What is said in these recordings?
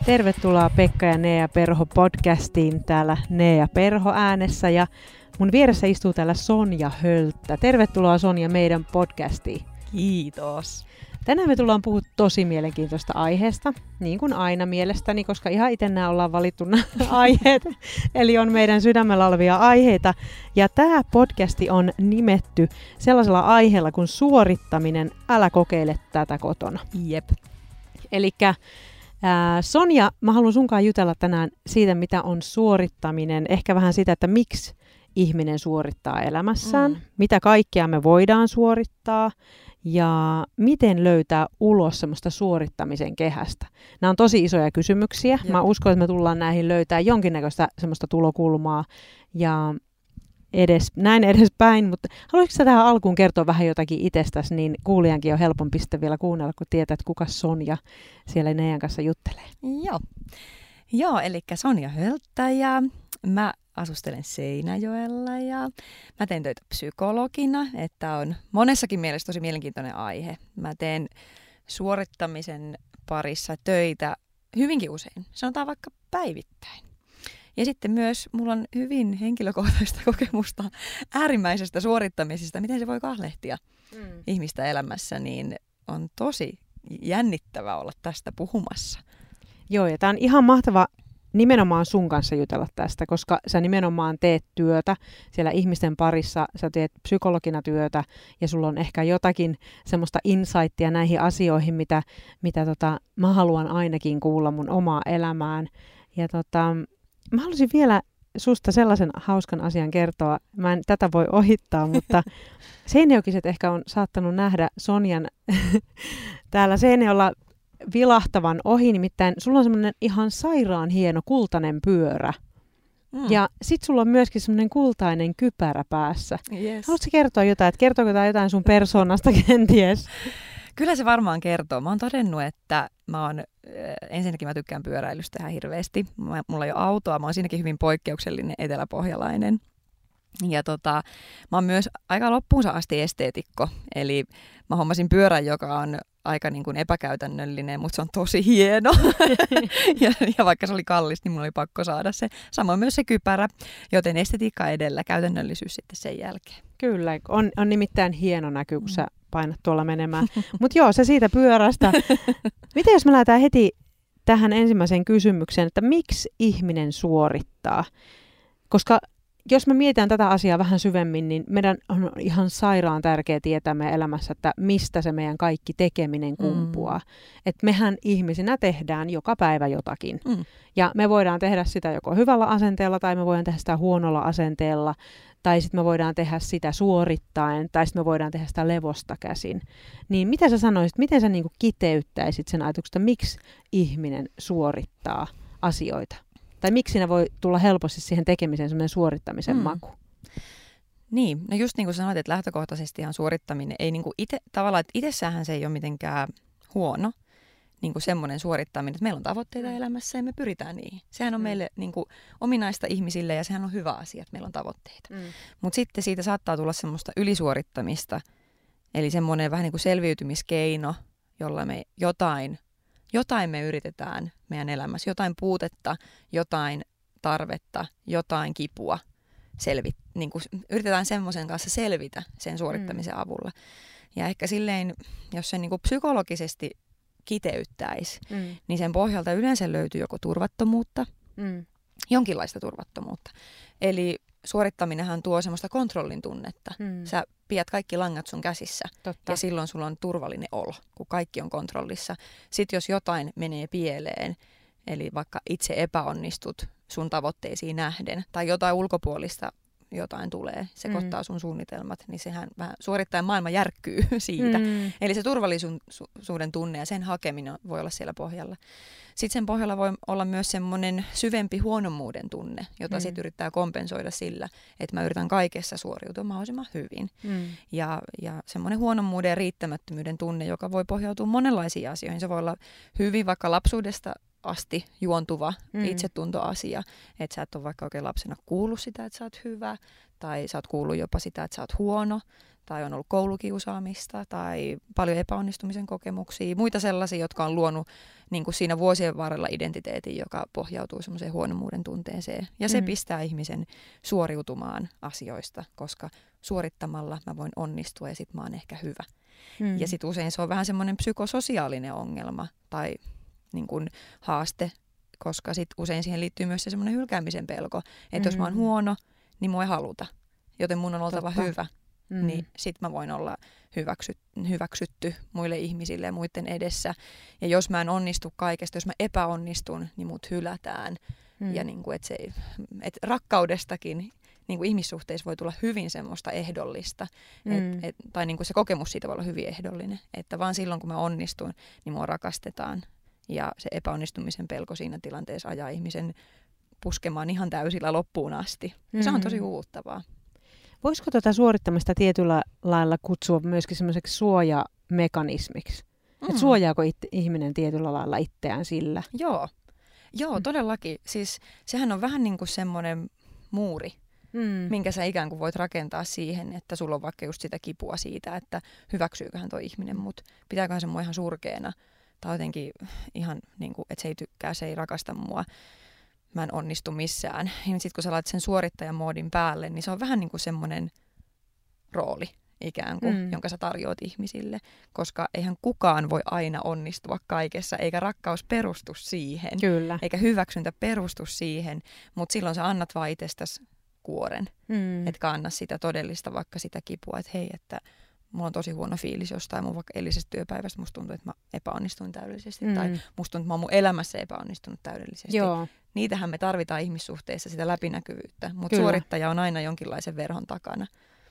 Tervetuloa Pekka ja Nea Perho podcastiin täällä Nea Perho äänessä ja mun vieressä istuu täällä Sonja Hölttä. Tervetuloa Sonja meidän podcastiin. Kiitos. Tänään me tullaan puhua tosi mielenkiintoista aiheesta, niin kuin aina mielestäni, koska ihan itse nämä ollaan valittu nämä aiheet, eli on meidän sydämellä olevia aiheita. Ja tämä podcasti on nimetty sellaisella aiheella kuin suorittaminen, älä kokeile tätä kotona. Jep. Elikkä Sonja, mä haluan sunkaan jutella tänään siitä, mitä on suorittaminen, ehkä vähän sitä, että miksi ihminen suorittaa elämässään, mitä kaikkea me voidaan suorittaa ja miten löytää ulos semmoista suorittamisen kehästä. Nämä on tosi isoja kysymyksiä. Mä uskon, että me tullaan näihin löytää jonkinnäköistä semmoista tulokulmaa ja näin edespäin, mutta haluaisitko sä tähän alkuun kertoa vähän jotakin itsestäsi, niin kuulijankin on helpompi sitten vielä kuunnella, kun tietää, että kuka Sonja siellä Neijan kanssa juttelee. Joo, eli Sonja Hölttä ja mä asustelen Seinäjoella ja mä teen töitä psykologina, että on monessakin mielessä tosi mielenkiintoinen aihe. Mä teen suorittamisen parissa töitä hyvinkin usein, sanotaan vaikka päivittäin. Ja sitten myös mulla on hyvin henkilökohtaista kokemusta äärimmäisestä suorittamisesta, miten se voi kahlehtia ihmistä elämässä, niin on tosi jännittävää olla tästä puhumassa. Joo, ja tää on ihan mahtava nimenomaan sun kanssa jutella tästä, koska sä nimenomaan teet työtä siellä ihmisten parissa, sä teet psykologina työtä ja sulla on ehkä jotakin semmoista insightia näihin asioihin, mitä mä haluan ainakin kuulla mun omaa elämään. Ja mä haluaisin vielä susta sellaisen hauskan asian kertoa. Mä en tätä voi ohittaa, mutta seinäjokiset ehkä on saattanut nähdä Sonjan täällä Seinäjoella vilahtavan ohi. Nimittäin sulla on semmoinen ihan sairaan hieno kultainen pyörä. Ja sit sulla on myöskin semmoinen kultainen kypärä päässä. Yes. Haluatko kertoa jotain? Että kertooko tämä jotain sun persoonasta kenties? Kyllä se varmaan kertoo. Mä oon todennut, että ensinnäkin mä tykkään pyöräilystä ihan hirveästi. Mulla ei ole autoa, mä oon siinäkin hyvin poikkeuksellinen eteläpohjalainen. Ja mä oon myös aika loppuunsa asti esteetikko. Eli mä hommasin pyörän, joka on aika niin kuin epäkäytännöllinen, mutta se on tosi hieno. ja vaikka se oli kallis, niin mulla oli pakko saada se. Samoin myös se kypärä, joten estetiikka edellä, käytännöllisyys sitten sen jälkeen. Kyllä, on nimittäin hieno näky, kun sä painat tuolla menemään. Mutta joo, se siitä pyörästä. Miten jos me lähdetään heti tähän ensimmäiseen kysymykseen, että miksi ihminen suorittaa? Koska jos me mietitään tätä asiaa vähän syvemmin, niin meidän on ihan sairaan tärkeää tietää meidän elämässä, että mistä se meidän kaikki tekeminen kumpuaa. Että mehän ihmisinä tehdään joka päivä jotakin. Ja me voidaan tehdä sitä joko hyvällä asenteella tai me voidaan tehdä sitä huonolla asenteella. Tai sitten me voidaan tehdä sitä suorittaen, tai sitten me voidaan tehdä sitä levosta käsin. Niin mitä sä sanoisit, miten sä niinku kiteyttäisit sen ajatuksesta, miksi ihminen suorittaa asioita? Tai miksi siinä voi tulla helposti siihen tekemiseen semmoinen suorittamisen maku? Niin, no just niin kuin sanoit, että lähtökohtaisestihan suorittaminen ei niinku tavallaan, että itsessähän se ei ole mitenkään huono. Niin kuin semmoinen suorittaminen, että meillä on tavoitteita elämässä ja me pyritään niihin. Sehän on meille niin kuin ominaista ihmisille ja sehän on hyvä asia, että meillä on tavoitteita. Mutta sitten siitä saattaa tulla semmoista ylisuorittamista, eli semmoinen vähän niin kuin selviytymiskeino, jolla me jotain me yritetään meidän elämässä, jotain puutetta, jotain tarvetta, jotain kipua niin kuin yritetään semmoisen kanssa selvitä sen suorittamisen avulla. Ja ehkä silleen, jos se niin kuin psykologisesti kiteyttäisi, niin sen pohjalta yleensä löytyy joko turvattomuutta, jonkinlaista turvattomuutta. Eli suorittaminenhan tuo semmoista kontrollin tunnetta. Sä pidät kaikki langat sun käsissä. Totta. Ja silloin sulla on turvallinen olo, kun kaikki on kontrollissa. Sitten jos jotain menee pieleen, eli vaikka itse epäonnistut sun tavoitteisiin nähden, tai jotain ulkopuolista jotain tulee, sekoittaa sun suunnitelmat, niin sehän vähän suorittajan maailma järkkyy siitä. Eli se turvallisuuden tunne ja sen hakeminen voi olla siellä pohjalla. Sitten sen pohjalla voi olla myös semmoinen syvempi huonommuuden tunne, jota sitten yrittää kompensoida sillä, että mä yritän kaikessa suoriutua mahdollisimman hyvin. Ja semmoinen huonommuuden ja riittämättömyyden tunne, joka voi pohjautua monenlaisiin asioihin. Se voi olla hyvin vaikka lapsuudesta asti juontuva itsetuntoasia. Että sä et ole vaikka oikein lapsena kuullut sitä, että sä oot hyvä, tai sä oot kuullut jopa sitä, että sä oot huono, tai on ollut koulukiusaamista, tai paljon epäonnistumisen kokemuksia, muita sellaisia, jotka on luonut niin kuin siinä vuosien varrella identiteetin, joka pohjautuu semmoiseen huonommuuden tunteeseen. Ja se pistää ihmisen suoriutumaan asioista, koska suorittamalla mä voin onnistua ja sit mä oon ehkä hyvä. Ja sitten usein se on vähän semmoinen psykososiaalinen ongelma tai niin kuin haaste, koska sit usein siihen liittyy myös se semmoinen hylkäämisen pelko, että jos mä oon huono, niin mua ei haluta, joten mun on oltava hyvä. Niin sit mä voin olla hyväksytty muille ihmisille ja muiden edessä. Ja jos mä en onnistu kaikesta, jos mä epäonnistun, niin mut hylätään. Ja niin kuin, et rakkaudestakin niin kuin ihmissuhteissa voi tulla hyvin semmoista ehdollista. Tai niin kuin se kokemus siitä voi olla hyvin ehdollinen. Että vaan silloin, kun mä onnistun, niin mua rakastetaan. Ja se epäonnistumisen pelko siinä tilanteessa ajaa ihmisen puskemaan ihan täysillä loppuun asti. Se on tosi uuvuttavaa. Voisiko tuota suorittamista tietyllä lailla kutsua myöskin semmoiseksi suojamekanismiksi? Että suojaako ihminen tietyllä lailla itseään sillä? Joo, todellakin. Siis sehän on vähän niin kuin semmoinen muuri, minkä sä ikään kuin voit rakentaa siihen, että sulla on vaikka just sitä kipua siitä, että hyväksyyköhän toi ihminen mut, pitääköhän se mua ihan surkeena, tai jotenkin ihan niin kuin, että se ei tykkää, se ei rakasta mua. Mä en onnistu missään. Ja sitten kun sä laitat sen suorittajamoodin päälle, niin se on vähän niin kuin semmoinen rooli ikään kuin, jonka sä tarjoat ihmisille. Koska eihän kukaan voi aina onnistua kaikessa, eikä rakkaus perustu siihen. Kyllä. Eikä hyväksyntä perustu siihen, mutta silloin sä annat vaan itsestäsi kuoren. Etkä anna sitä todellista vaikka sitä kipua, että hei, että mulla on tosi huono fiilis jostain mun vaikka edellisestä työpäivästä. Musta tuntuu, että mä epäonnistuin täydellisesti. Tai musta tuntuu, että mä oon mun elämässä epäonnistunut täydellisesti. Joo. Niitähän me tarvitaan ihmissuhteissa, sitä läpinäkyvyyttä. Mutta suorittaja on aina jonkinlaisen verhon takana.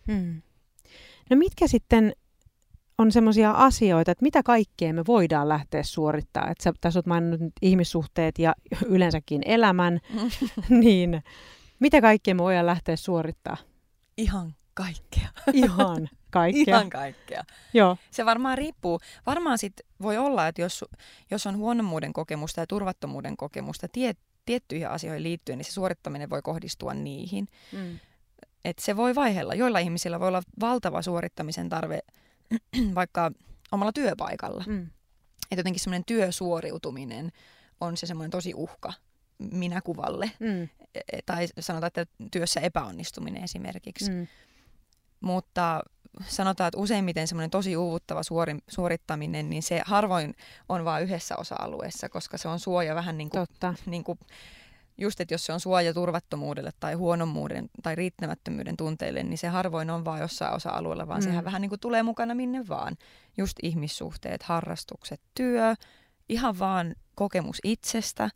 No mitkä sitten on semmoisia asioita, että mitä kaikkea me voidaan lähteä suorittamaan? Että sä tässä oot maininnut nyt ihmissuhteet ja yleensäkin elämän. Niin mitä kaikkea me voidaan lähteä suorittamaan? Ihan kaikkea. Ihan kaikkea. Ihan kaikkea. Joo. Se varmaan riippuu. Varmaan sit voi olla, että jos on huonommuuden kokemusta ja turvattomuuden kokemusta tiettyihin asioihin liittyen, niin se suorittaminen voi kohdistua niihin. Et se voi vaihella. Joilla ihmisillä voi olla valtava suorittamisen tarve vaikka omalla työpaikalla. Että jotenkin semmoinen työsuoriutuminen on se semmoinen tosi uhka minäkuvalle. Tai sanotaan, että työssä epäonnistuminen esimerkiksi. Mutta sanotaan, että useimmiten semmoinen tosi uuvuttava suorittaminen, niin se harvoin on vain yhdessä osa-alueessa, koska se on suoja vähän niin kuin just, että jos se on suoja turvattomuudelle tai huonommuuden tai riittämättömyyden tunteille, niin se harvoin on vain jossain osa-alueella, vaan sehän vähän niin kuin tulee mukana minne vaan. Just ihmissuhteet, harrastukset, työ, ihan vaan kokemus itsestä.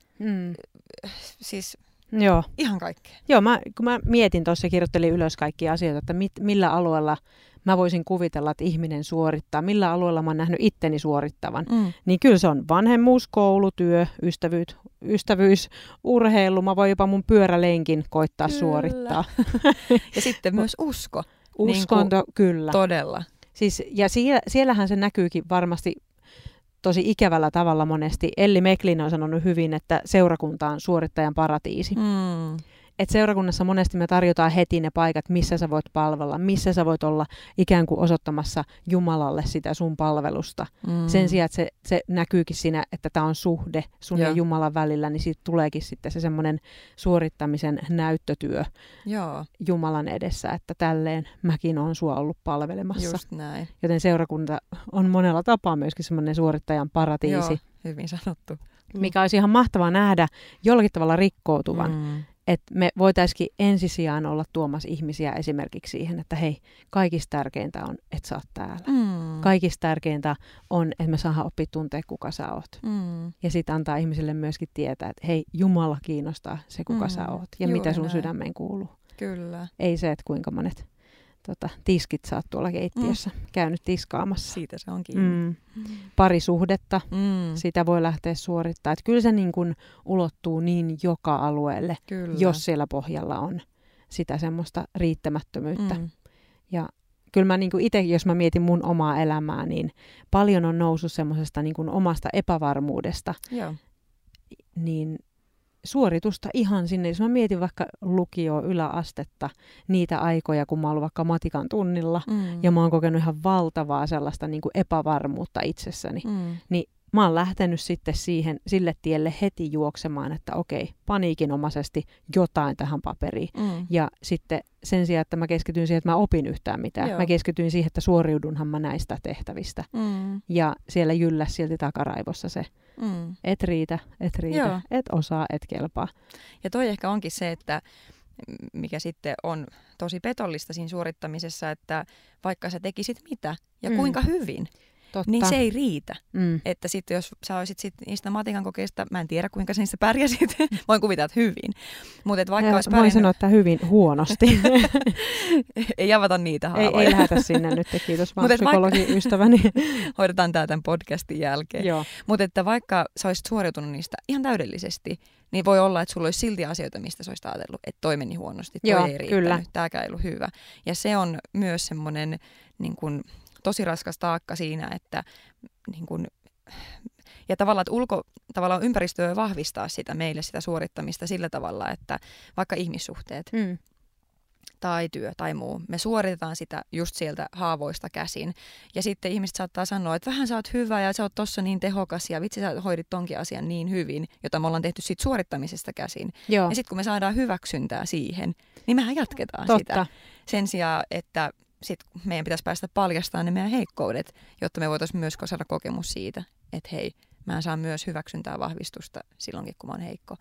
Siis joo. Ihan kaikkea. Joo, kun mä mietin tuossa, kirjoittelin ylös kaikkia asioita, että millä alueella mä voisin kuvitella, että ihminen suorittaa, millä alueella mä oon nähnyt itteni suorittavan. Niin kyllä se on vanhemmuus, koulu, työ, ystävyys, urheilu. Mä voin jopa mun pyörälenkin koittaa suorittaa. Ja sitten myös usko. Uskonto, niin kyllä. Todella. Siis, ja siellähän se näkyykin varmasti tosi ikävällä tavalla monesti. Elli Meklin on sanonut hyvin, että seurakunta on suorittajan paratiisi. Et seurakunnassa monesti me tarjotaan heti ne paikat, missä sä voit palvella, missä sä voit olla ikään kuin osoittamassa Jumalalle sitä sun palvelusta. Sen sijaan, että se näkyykin siinä, että tämä on suhde sun ja Jumalan välillä, niin siitä tuleekin sitten se semmoinen suorittamisen näyttötyö Jumalan edessä, että tälleen mäkin olen sua ollut palvelemassa. Just näin. Joten seurakunta on monella tapaa myöskin semmoinen suorittajan paratiisi. Joo, hyvin sanottu. Mikä olisi ihan mahtavaa nähdä jollakin tavalla rikkoutuvan. Että me voitaisiin ensisijaan olla tuomassa ihmisiä esimerkiksi siihen, että hei, kaikista tärkeintä on, että sä oot täällä. Kaikista tärkeintä on, että me saadaan oppia tuntea, kuka sä oot. Ja sitten antaa ihmisille myöskin tietää, että hei, Jumala kiinnostaa se, kuka sä oot ja mitä sun sydämeen kuuluu. Kyllä. Ei se, että kuinka monet tiskit sä oot tuolla keittiössä käynyt tiskaamassa. Siitä se on kiinni. Parisuhdetta, sitä voi lähteä suorittamaan. Että kyllä se niin kuin ulottuu niin joka alueelle, jos siellä pohjalla on sitä semmoista riittämättömyyttä. Ja kyllä mä niin kuin itse, jos mä mietin mun omaa elämää, niin paljon on noussut semmoisesta niin kuin omasta epävarmuudesta. niin suoritusta ihan sinne. Jos mä mietin vaikka lukio yläastetta, niitä aikoja, kun mä oon ollut vaikka matikan tunnilla, ja mä oon kokenut ihan valtavaa sellaista niin kuin epävarmuutta itsessäni, niin mä oon lähtenyt sitten sille tielle heti juoksemaan, että okei, paniikinomaisesti jotain tähän paperiin. Ja sitten sen sijaan, että mä keskityin siihen, että mä opin yhtään mitään. Mä keskityin siihen, että suoriudunhan mä näistä tehtävistä. Ja siellä jylläs silti takaraivossa se, et riitä, et osaa, et kelpaa. Ja toi ehkä onkin se, että mikä sitten on tosi petollista siinä suorittamisessa, että vaikka sä tekisit mitä ja kuinka hyvin, totta, niin se ei riitä. Että sitten jos sä olisit niistä matikan kokeista, mä en tiedä kuinka sä niistä pärjäsit, voin kuvitella, että hyvin. Mutta et vaikka olisi voin sanoa, että hyvin huonosti. Ei avata niitä haavoja. Ei lähdetä sinne nyt, kiitos vaan psykologi-ystäväni. Hoidetaan tää tämän podcastin jälkeen. Mutta että vaikka sä olisit suoriutunut niistä ihan täydellisesti, niin voi olla, että sulla olisi silti asioita, mistä sä olisit ajatellut, että toi meni huonosti, toi ei riittänyt, tääkään ei ollut hyvä. Ja se on myös semmoinen niin kuin tosi raskas taakka siinä, että niin kun, ja tavallaan ympäristö vahvistaa sitä meille sitä suorittamista sillä tavalla, että vaikka ihmissuhteet tai työ tai muu, me suoritetaan sitä just sieltä haavoista käsin. Ja sitten ihmiset saattaa sanoa, että vähän sä oot hyvä ja sä oot tossa niin tehokas ja vitsi sä hoidit tonkin asian niin hyvin, jota me ollaan tehty siitä suorittamisesta käsin. Ja sitten kun me saadaan hyväksyntää siihen, niin mehän jatketaan sitä. Sen sijaan, että sitten meidän pitäisi päästä paljastamaan ne meidän heikkoudet, jotta me voitaisiin myös saada kokemus siitä, että hei, mä saan myös hyväksyntää vahvistusta silloinkin, kun mä oon heikko.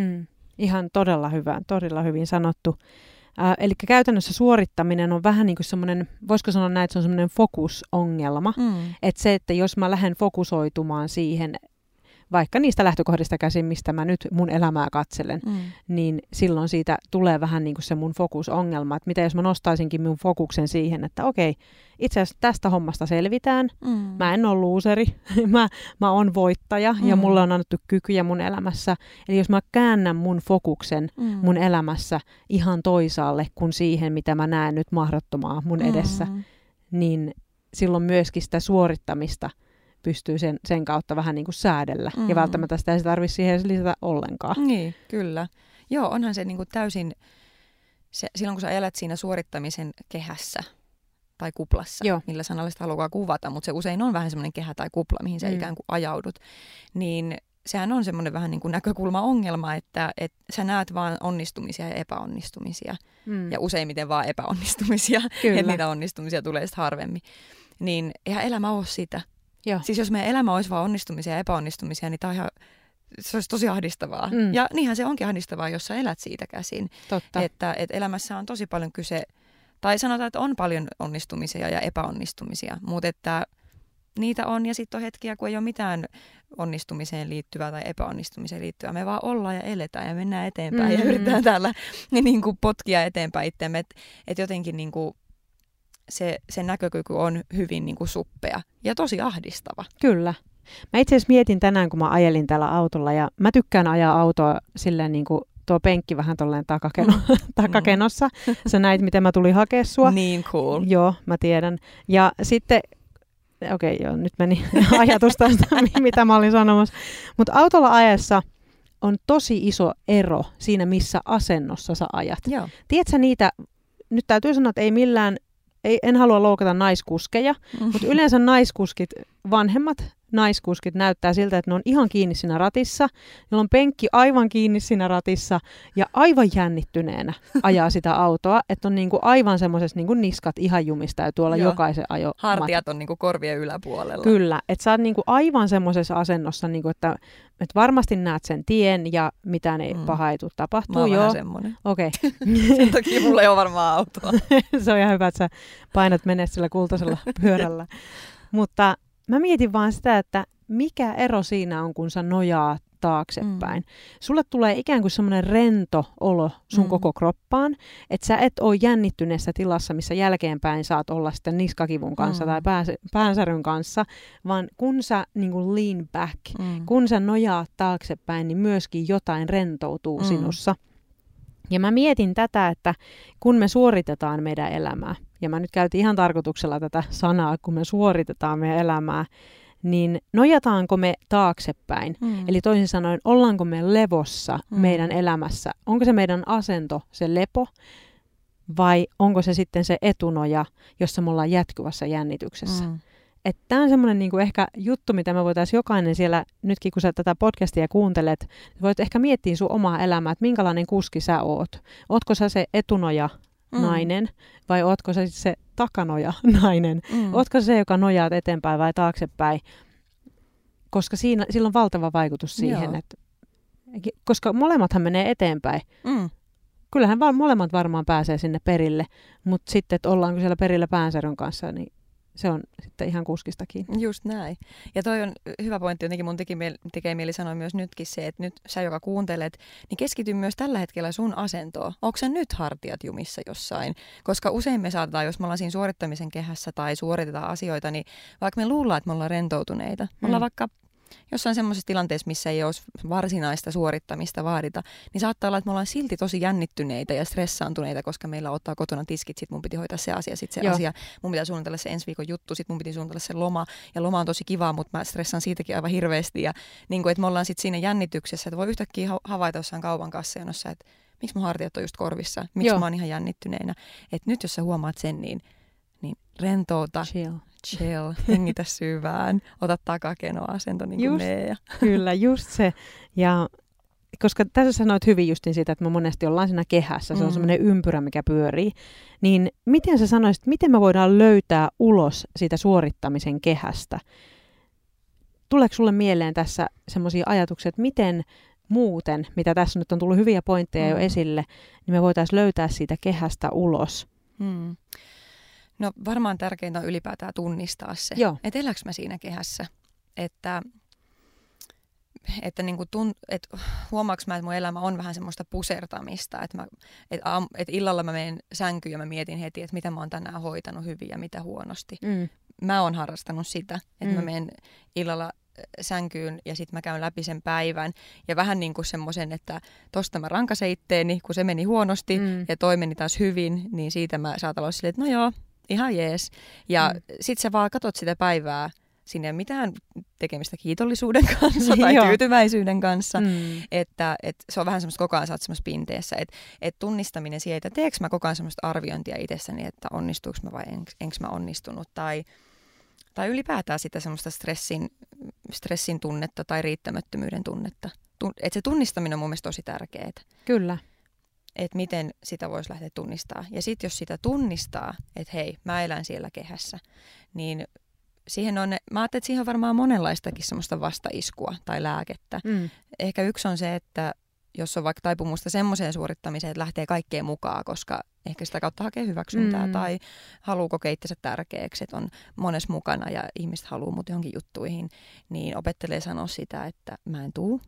Ihan todella hyvin sanottu. Eli käytännössä suorittaminen on vähän niin kuin semmoinen, voisiko sanoa näin, että se on semmoinen fokusongelma. Että se, että jos mä lähden fokusoitumaan siihen, vaikka niistä lähtökohdista käsin, mistä mä nyt mun elämää katselen, niin silloin siitä tulee vähän niin kuin se mun fokusongelma. Että mitä jos mä nostaisinkin mun fokuksen siihen, että okei, itse asiassa tästä hommasta selvitään. Mä en ole luuseri, mä oon voittaja ja mulle on annettu kykyjä mun elämässä. Eli jos mä käännän mun fokuksen mun elämässä ihan toisaalle kuin siihen, mitä mä näen nyt mahdottomaa mun edessä, niin silloin myöskin sitä suorittamista pystyy sen kautta vähän niin kuin säädellä. Ja välttämättä sitä ei tarvitse siihen lisätä ollenkaan. Niin, kyllä. Joo, onhan se niin kuin täysin, silloin kun sä elät siinä suorittamisen kehässä tai kuplassa, millä sanalla sitä haluaa kuvata, mutta se usein on vähän semmoinen kehä tai kupla, mihin sä ikään kuin ajaudut, niin sehän on semmoinen vähän niin kuin näkökulma-ongelma, että sä näet vaan onnistumisia ja epäonnistumisia. Ja useimmiten vaan epäonnistumisia, että niitä onnistumisia tulee sitten harvemmin. Niin eihän elämä ole sitä. Siis jos meidän elämä olisi vaan onnistumisia ja epäonnistumisia, niin se olisi tosi ahdistavaa. Ja niinhän se onkin ahdistavaa, jos sä elät siitä käsin. Totta. Että elämässä on tosi paljon kyse, tai sanotaan, että on paljon onnistumisia ja epäonnistumisia, mutta että niitä on ja sitten on hetkiä, kun ei ole mitään onnistumiseen liittyvää tai epäonnistumiseen liittyvää. Me vaan ollaan ja eletään ja mennään eteenpäin ja yritetään täällä niin kuin potkia eteenpäin itseämme. Että jotenkin niin kuin se näkökyky on hyvin niin kuin suppea ja tosi ahdistava. Kyllä. Mä itse asiassa mietin tänään, kun mä ajelin tällä autolla ja mä tykkään ajaa autoa silleen niin kuin tuo penkki vähän tolleen takakenossa. Sä näit, miten mä tulin hakea sua. Niin cool. Joo, mä tiedän. Ja sitten, nyt meni ajatus tästä, mitä mä olin sanomassa. Mutta autolla ajessa on tosi iso ero siinä, missä asennossa sä ajat. Joo. Tiedätkö niitä, nyt täytyy sanoa, että en halua loukata naiskuskeja, mutta yleensä vanhemmat naiskuskit näyttää siltä, että ne on ihan kiinni siinä ratissa. Niillä on penkki aivan kiinni siinä ratissa ja aivan jännittyneenä ajaa sitä autoa, että on niinku aivan semmoisessa niinku niskat ihan jumista ja tuolla jokaisen ajo. Hartiat on niinku korvien yläpuolella. Kyllä, että sä oot niinku aivan semmoisessa asennossa, niinku, että varmasti näet sen tien ja mitään ei pahaa ei tule tapahtuu. Mä oon vähän semmoinen. Okei. Sen takia mulla ei ole varmaan autoa. Se on ihan hyvä, että sä painat menet sillä kultaisella pyörällä. Mutta mä mietin vaan sitä, että mikä ero siinä on, kun sä nojaat taaksepäin. Sulle tulee ikään kuin semmoinen rento olo sun koko kroppaan, että sä et ole jännittyneessä tilassa, missä jälkeenpäin saat olla sitten niskakivun kanssa tai päänsäryn kanssa, vaan kun sä niin kuin lean back, kun sä nojaat taaksepäin, niin myöskin jotain rentoutuu sinussa. Ja mä mietin tätä, että kun me suoritetaan meidän elämää, ja mä nyt käytin ihan tarkoituksella tätä sanaa, kun me suoritetaan meidän elämää, niin nojataanko me taaksepäin? Eli toisin sanoen, ollaanko me levossa meidän elämässä? Onko se meidän asento, se lepo, vai onko se sitten se etunoja, jossa me ollaan jatkuvassa jännityksessä? Tämä on semmoinen niinku ehkä juttu, mitä me voitaisiin jokainen siellä, nytkin kun sä tätä podcastia kuuntelet, voit ehkä miettiä sun omaa elämää, että minkälainen kuski sä oot. Ootko sä se etunoja nainen vai ootko sä se takanoja nainen? Ootko se, joka nojaat eteenpäin vai taaksepäin? Koska sillä on valtava vaikutus siihen, että koska molemmathan menee eteenpäin. Kyllähän molemmat varmaan pääsee sinne perille, mutta sitten, että ollaanko siellä perillä päänsäryn kanssa, niin se on sitten ihan kuskistakin. Just näin. Ja toi on hyvä pointti, jotenkin mun tekee mieli sanoa myös nytkin se, että nyt sä, joka kuuntelet, niin keskity myös tällä hetkellä sun asentoon. Onko sä nyt hartiat jumissa jossain? Koska usein me saatetaan, jos me ollaan siinä suorittamisen kehässä tai suoritetaan asioita, niin vaikka me luullaan, että me ollaan rentoutuneita, me ollaan vaikka jossain semmoisessa tilanteessa, missä ei ole varsinaista suorittamista vaadita, niin saattaa olla, että me ollaan silti tosi jännittyneitä ja stressaantuneita, koska meillä ottaa kotona tiskit, sit mun piti hoitaa se asia, sit se asia, mun pitää suunnitella se ensi viikon juttu, sit mun piti suunnitella se loma, ja loma on tosi kivaa, mutta mä stressaan siitäkin aivan hirveästi, ja niin kuin, että me ollaan sitten siinä jännityksessä, että voi yhtäkkiä havaita jossain kaupan kassajonossa, että miksi mun hartiat on just korvissa, miksi mä oon ihan jännittyneenä, että nyt jos sä huomaat sen, niin rentouta, chill, hengitä syvään, ota takakenoasento niin kuin Meija. Kyllä, just se. Ja koska tässä sanoit hyvin justin siitä, että me monesti ollaan siinä kehässä, se on semmoinen ympyrä, mikä pyörii, niin miten sä sanoisit, miten me voidaan löytää ulos siitä suorittamisen kehästä? Tuleeko sulle mieleen tässä semmoisia ajatuksia, että miten muuten, mitä tässä nyt on tullut hyviä pointteja jo esille, niin me voitaisiin löytää siitä kehästä ulos? No varmaan tärkeintä on ylipäätään tunnistaa se, että eläks mä siinä kehässä, että niinku huomaaks mä, että mun elämä on vähän semmoista pusertamista, että illalla mä menen sänkyyn ja mä mietin heti, että mitä mä oon tänään hoitanut hyvin ja mitä huonosti. Mä oon harrastanut sitä, että mä menen illalla sänkyyn ja sitten mä käyn läpi sen päivän ja vähän niin kuin semmoisen, että tosta mä rankasen itteeni, kun se meni huonosti ja toi meni taas hyvin, niin siitä mä saatan olla silleen, että no joo, ihan jees. Ja sit sä vaan katot sitä päivää, siinä ei ole mitään tekemistä kiitollisuuden kanssa tai tyytyväisyyden kanssa, että se on vähän semmoista koko ajan, sä oot semmoista pinteessä, että tunnistaminen siitä, teekö mä koko ajan semmoista arviointia itsessäni, että onnistuuko mä vai enkö mä onnistunut, tai ylipäätään sitä semmoista stressin tunnetta tai riittämättömyyden tunnetta. Että se tunnistaminen on mun mielestä tosi tärkeää. Kyllä. Että miten sitä voisi lähteä tunnistaa. Ja sitten jos sitä tunnistaa, että hei, mä elän siellä kehässä, niin mä ajattelin, että siihen on varmaan monenlaistakin semmoista vastaiskua tai lääkettä. Ehkä yksi on se, että jos on vaikka taipumusta semmoiseen suorittamiseen, että lähtee kaikkeen mukaan, koska ehkä sitä kautta hakee hyväksyntää tai haluaa kokea itsensä tärkeäksi, että on monessa mukana ja ihmiset haluaa mut johonkin juttuihin, niin opettelee sanoa sitä, että mä en tuu.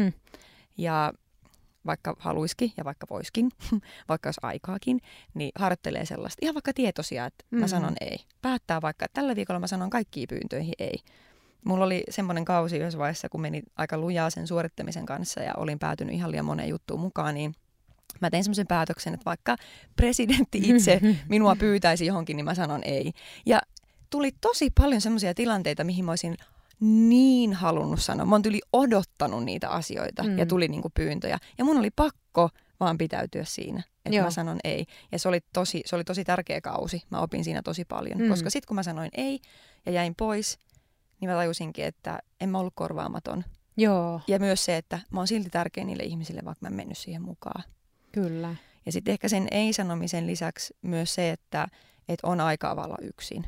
Ja vaikka haluisikin ja vaikka voiskin, vaikka olisi aikaakin, niin harjoittelee sellaista. Ihan vaikka tietoisia, että mä sanon ei. Päättää vaikka, että tällä viikolla mä sanon kaikkiin pyyntöihin ei. Mulla oli semmoinen kausi yhdessä vaiheessa, kun meni aika lujaa sen suorittamisen kanssa ja olin päätynyt ihan liian moneen juttuun mukaan, niin mä tein semmoisen päätöksen, että vaikka presidentti itse minua pyytäisi johonkin, niin mä sanon ei. Ja tuli tosi paljon semmoisia tilanteita, mihin mä olisin niin halunnut sanoa. Mä oon yli odottanut niitä asioita ja tuli niinku pyyntöjä. Ja mun oli pakko vaan pitäytyä siinä, että mä sanon ei. Ja se oli tosi tärkeä kausi. Mä opin siinä tosi paljon. Koska sit kun mä sanoin ei ja jäin pois, niin mä tajusinkin, että en mä ollut korvaamaton. Joo. Ja myös se, että mä oon silti tärkeä niille ihmisille, vaikka mä en mennyt siihen mukaan. Kyllä. Ja sitten ehkä sen ei-sanomisen lisäksi myös se, että on aikaa olla yksin.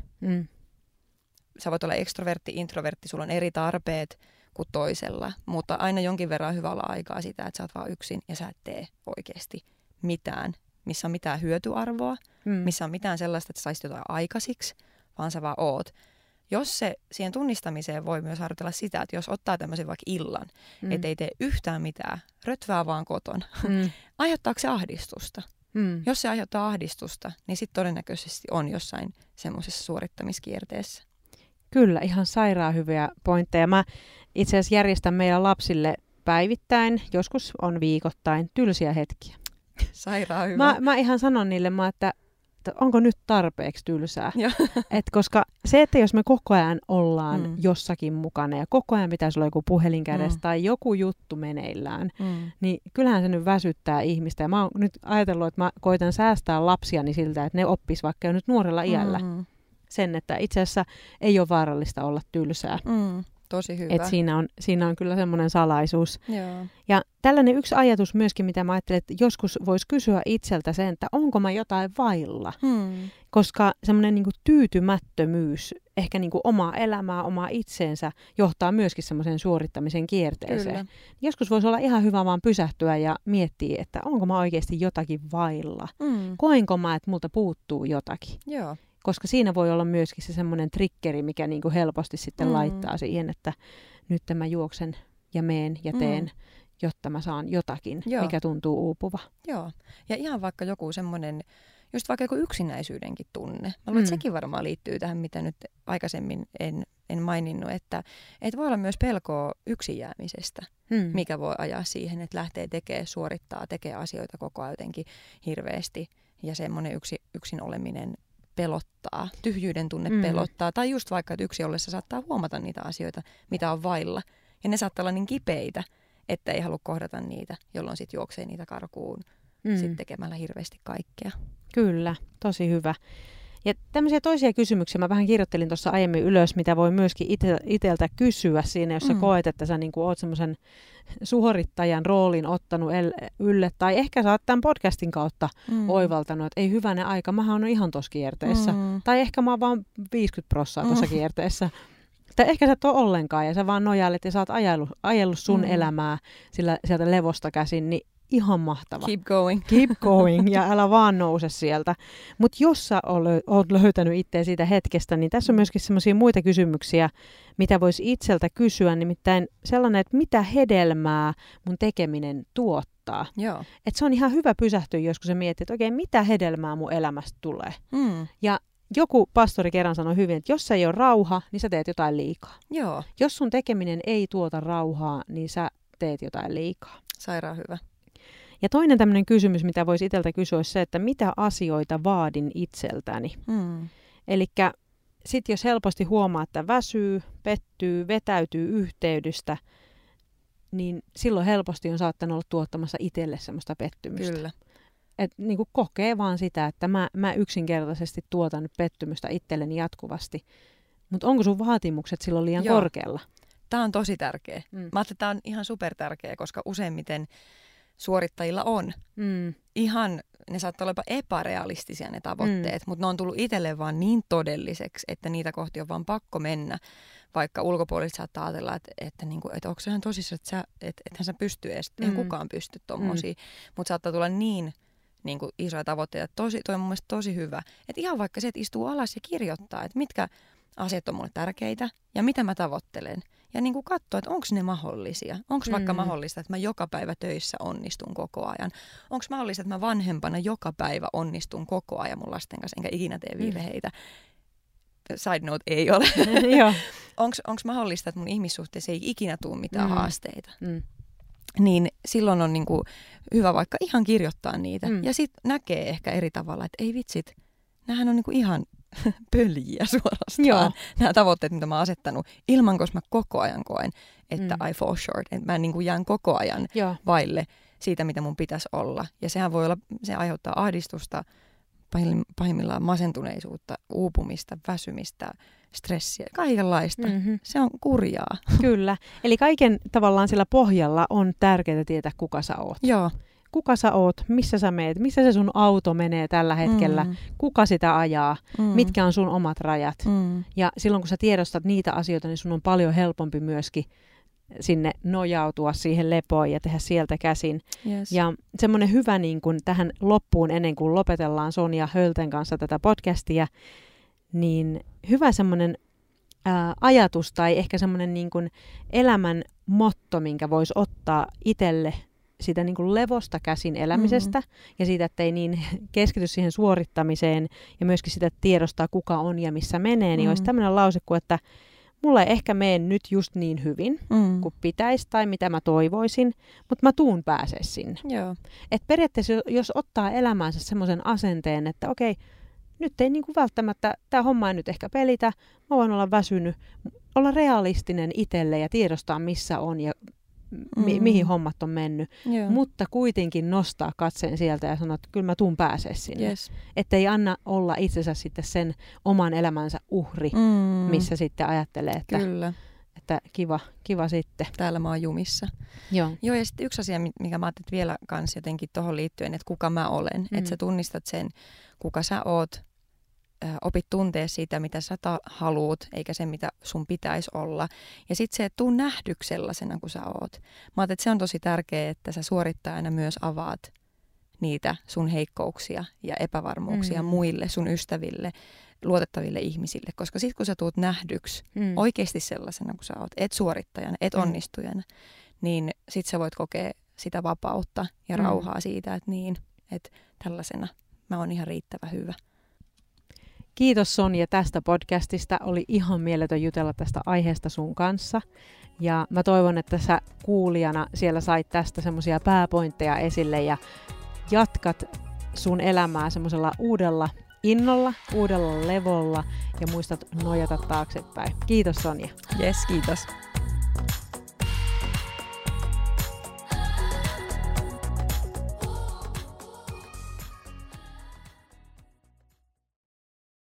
Sä voit olla ekstrovertti, introvertti, sulla on eri tarpeet kuin toisella, mutta aina jonkin verran hyvä olla aikaa sitä, että sä oot vaan yksin ja sä et tee oikeasti mitään, missä on mitään hyötyarvoa, missä on mitään sellaista, että sä saisit jotain aikaisiksi, vaan sä vaan oot. Jos se siihen tunnistamiseen voi myös harjoitella sitä, että jos ottaa tämmöisen vaikka illan, että ei tee yhtään mitään, rötvää vaan kotona, aiheuttaako se ahdistusta? Jos se aiheuttaa ahdistusta, niin sitten todennäköisesti on jossain semmoisessa suorittamiskierteessä. Kyllä, ihan sairaan hyviä pointteja. Mä itse asiassa järjestän meidän lapsille päivittäin, joskus on viikoittain, tylsiä hetkiä. Sairaan hyvä. Mä ihan sanon niille, että että onko nyt tarpeeksi tylsää. Joo. Et koska se, että jos me koko ajan ollaan jossakin mukana ja koko ajan pitäisi olla joku puhelin kädessä tai joku juttu meneillään, niin kyllähän se nyt väsyttää ihmistä. Ja mä oon nyt ajatellut, että mä koitan säästää lapsiani siltä, että ne oppis vaikka jo nyt nuorella iällä sen, että itse asiassa ei ole vaarallista olla tylsää. Tosi hyvä. Et siinä on kyllä semmoinen salaisuus. Joo. Ja tällainen yksi ajatus myöskin, mitä mä ajattelin, että joskus voisi kysyä itseltä sen, että onko mä jotain vailla. Koska semmoinen niin kuin tyytymättömyys, ehkä niin kuin omaa elämää, omaa itseensä, johtaa myöskin semmoiseen suorittamisen kierteeseen. Kyllä. Joskus voisi olla ihan hyvä vaan pysähtyä ja miettiä, että onko mä oikeasti jotakin vailla. Koenko mä, että multa puuttuu jotakin. Joo. Koska siinä voi olla myöskin se semmoinen triggeri, mikä niin kuin helposti sitten laittaa siihen, että nyt mä juoksen ja meen ja teen, jotta mä saan jotakin, mikä tuntuu uupuva. Joo, ja ihan vaikka joku semmoinen, just vaikka joku yksinäisyydenkin tunne. Mä luulen, että sekin varmaan liittyy tähän, mitä nyt aikaisemmin en maininnut, että voi olla myös pelkoa yksin jäämisestä, mikä voi ajaa siihen, että lähtee tekee asioita koko ajan jotenkin hirveästi. Ja semmoinen yksin oleminen pelottaa, tyhjyyden tunne pelottaa. Tai just vaikka, että yksin ollessa saattaa huomata niitä asioita, mitä on vailla. Ja ne saattaa olla niin kipeitä, että ei halua kohdata niitä, jolloin sitten juoksee niitä karkuun sit tekemällä hirveästi kaikkea. Kyllä, tosi hyvä. Ja tämmöisiä toisia kysymyksiä mä vähän kirjoittelin tuossa aiemmin ylös, mitä voi myöskin itseltä kysyä siinä, jos sä koet, että sä niinku oot semmoisen suorittajan roolin ottanut ylle. Tai ehkä sä oot tämän podcastin kautta oivaltanut, että ei hyvänen aika, mähän on ihan tuossa kierteessä. Tai ehkä mä oon vaan 50% tuossa kierteessä. Tai ehkä sä et ole ollenkaan ja sä vaan nojailet ja sä oot ajellut sun elämää sillä sieltä levosta käsin, niin ihan mahtava. Keep going. Keep going ja älä vaan nouse sieltä. Mutta jos sä oot löytänyt itseä siitä hetkestä, niin tässä on myöskin semmoisia muita kysymyksiä, mitä voisi itseltä kysyä. Nimittäin sellainen, että mitä hedelmää mun tekeminen tuottaa. Joo. Et se on ihan hyvä pysähtyä joskus ja miettiä, että okei, mitä hedelmää mun elämästä tulee. Ja joku pastori kerran sanoi hyvin, että jos ei ole rauha, niin sä teet jotain liikaa. Joo. Jos sun tekeminen ei tuota rauhaa, niin sä teet jotain liikaa. Sairaan hyvä. Ja toinen tämmöinen kysymys, mitä voisi itseltä kysyä, olisi se, että mitä asioita vaadin itseltäni. Elikkä sitten jos helposti huomaa, että väsyy, pettyy, vetäytyy yhteydestä, niin silloin helposti on saattanut olla tuottamassa itselle semmoista pettymystä. Kyllä. Että niin kuin kokee vaan sitä, että mä yksinkertaisesti tuotan pettymystä itselleni jatkuvasti. Mutta onko sun vaatimukset silloin liian korkealla? Tämä on tosi tärkeä. Mä ajattelin, että tämä on ihan supertärkeä, koska useimmiten suorittajilla on. Ihan, ne saattaa olla epärealistisia ne tavoitteet, mutta ne on tullut itselle vaan niin todelliseksi, että niitä kohti on vaan pakko mennä. Vaikka ulkopuolelta saattaa ajatella, että onko se ihan tosissaan, että ethän sä pysty edes, eihän kukaan pysty tommosia. Mutta saattaa tulla niin kuin isoja tavoitteita. Toi on mun mielestä tosi hyvä. Että ihan vaikka se, että istuu alas ja kirjoittaa, että mitkä asiat on mulle tärkeitä ja mitä mä tavoittelen. Ja niin kuin katsoa, että onko ne mahdollisia. Onko vaikka mahdollista, että mä joka päivä töissä onnistun koko ajan. Onko mahdollista, että mä vanhempana joka päivä onnistun koko ajan mun lasten kanssa, enkä ikinä tee virheitä. Side note, ei ole. Onko mahdollista, että mun ihmissuhteessa ei ikinä tule mitään haasteita. Niin silloin on niin kuin hyvä vaikka ihan kirjoittaa niitä. Ja sitten näkee ehkä eri tavalla, että ei vitsit, näähän on niin kuin ihan pöljiä suorastaan. Nämä tavoitteet, mitä mä oon asettanut, ilman koska mä koko ajan koen, että I fall short. Että mä niin kuin jään koko ajan vaille siitä, mitä mun pitäisi olla. Ja sehän voi olla, se aiheuttaa ahdistusta, pahimmillaan masentuneisuutta, uupumista, väsymistä, stressiä, kaikenlaista. Se on kurjaa. Kyllä. Eli kaiken tavallaan sillä pohjalla on tärkeää tietää, kuka sä oot. Joo. Kuka sä oot, missä sä meet, missä se sun auto menee tällä hetkellä, kuka sitä ajaa, mitkä on sun omat rajat. Ja silloin kun sä tiedostat niitä asioita, niin sun on paljon helpompi myöskin sinne nojautua siihen lepoon ja tehdä sieltä käsin. Yes. Ja semmoinen hyvä niin kun tähän loppuun, ennen kuin lopetellaan Sonja Hölten kanssa tätä podcastia, niin hyvä semmoinen ajatus tai ehkä semmoinen niin kun elämän motto, minkä voisi ottaa itselle siitä niin kuin levosta käsin elämisestä ja siitä, että ei niin keskity siihen suorittamiseen ja myöskin sitä tiedostaa, kuka on ja missä menee, niin olisi tämmöinen lause kuin, että mulla ei ehkä mene nyt just niin hyvin kuin pitäisi tai mitä mä toivoisin, mutta mä tuun pääsee sinne. Joo. Et periaatteessa jos ottaa elämäänsä semmoisen asenteen, että okei, nyt ei niin kuin välttämättä, tämä homma ei nyt ehkä pelitä, mä voin olla väsynyt, olla realistinen itselle ja tiedostaa missä on ja mihin hommat on mennyt, mutta kuitenkin nostaa katseen sieltä ja sanoa, että kyllä mä tuun pääsee sinne. Yes. Että ei anna olla itsensä sitten sen oman elämänsä uhri, missä sitten ajattelee, että, kyllä. että kiva sitten. Täällä mä oon jumissa. Joo, ja sitten yksi asia, mikä mä ajattelin vielä kans jotenkin tohon liittyen, että kuka mä olen. Että sä tunnistat sen, kuka sä oot, opit tuntee siitä, mitä sä haluut, eikä se, mitä sun pitäisi olla. Ja sitten se, että tuu nähdyksi sellaisena kuin sä oot. Mä ajattelin, että se on tosi tärkeää, että sä suorittajana myös avaat niitä sun heikkouksia ja epävarmuuksia muille, sun ystäville, luotettaville ihmisille. Koska sitten kun sä tuut nähdyksi oikeasti sellaisena kuin sä oot, et suorittajana, et onnistujana, niin sit sä voit kokea sitä vapautta ja rauhaa siitä, että niin, että tällaisena mä oon ihan riittävän hyvä. Kiitos Sonja tästä podcastista. Oli ihan mieletön jutella tästä aiheesta sun kanssa. Ja mä toivon, että sä kuulijana siellä sait tästä semmoisia pääpointteja esille ja jatkat sun elämää semmoisella uudella innolla, uudella levolla ja muistat nojata taaksepäin. Kiitos Sonja. Yes, kiitos.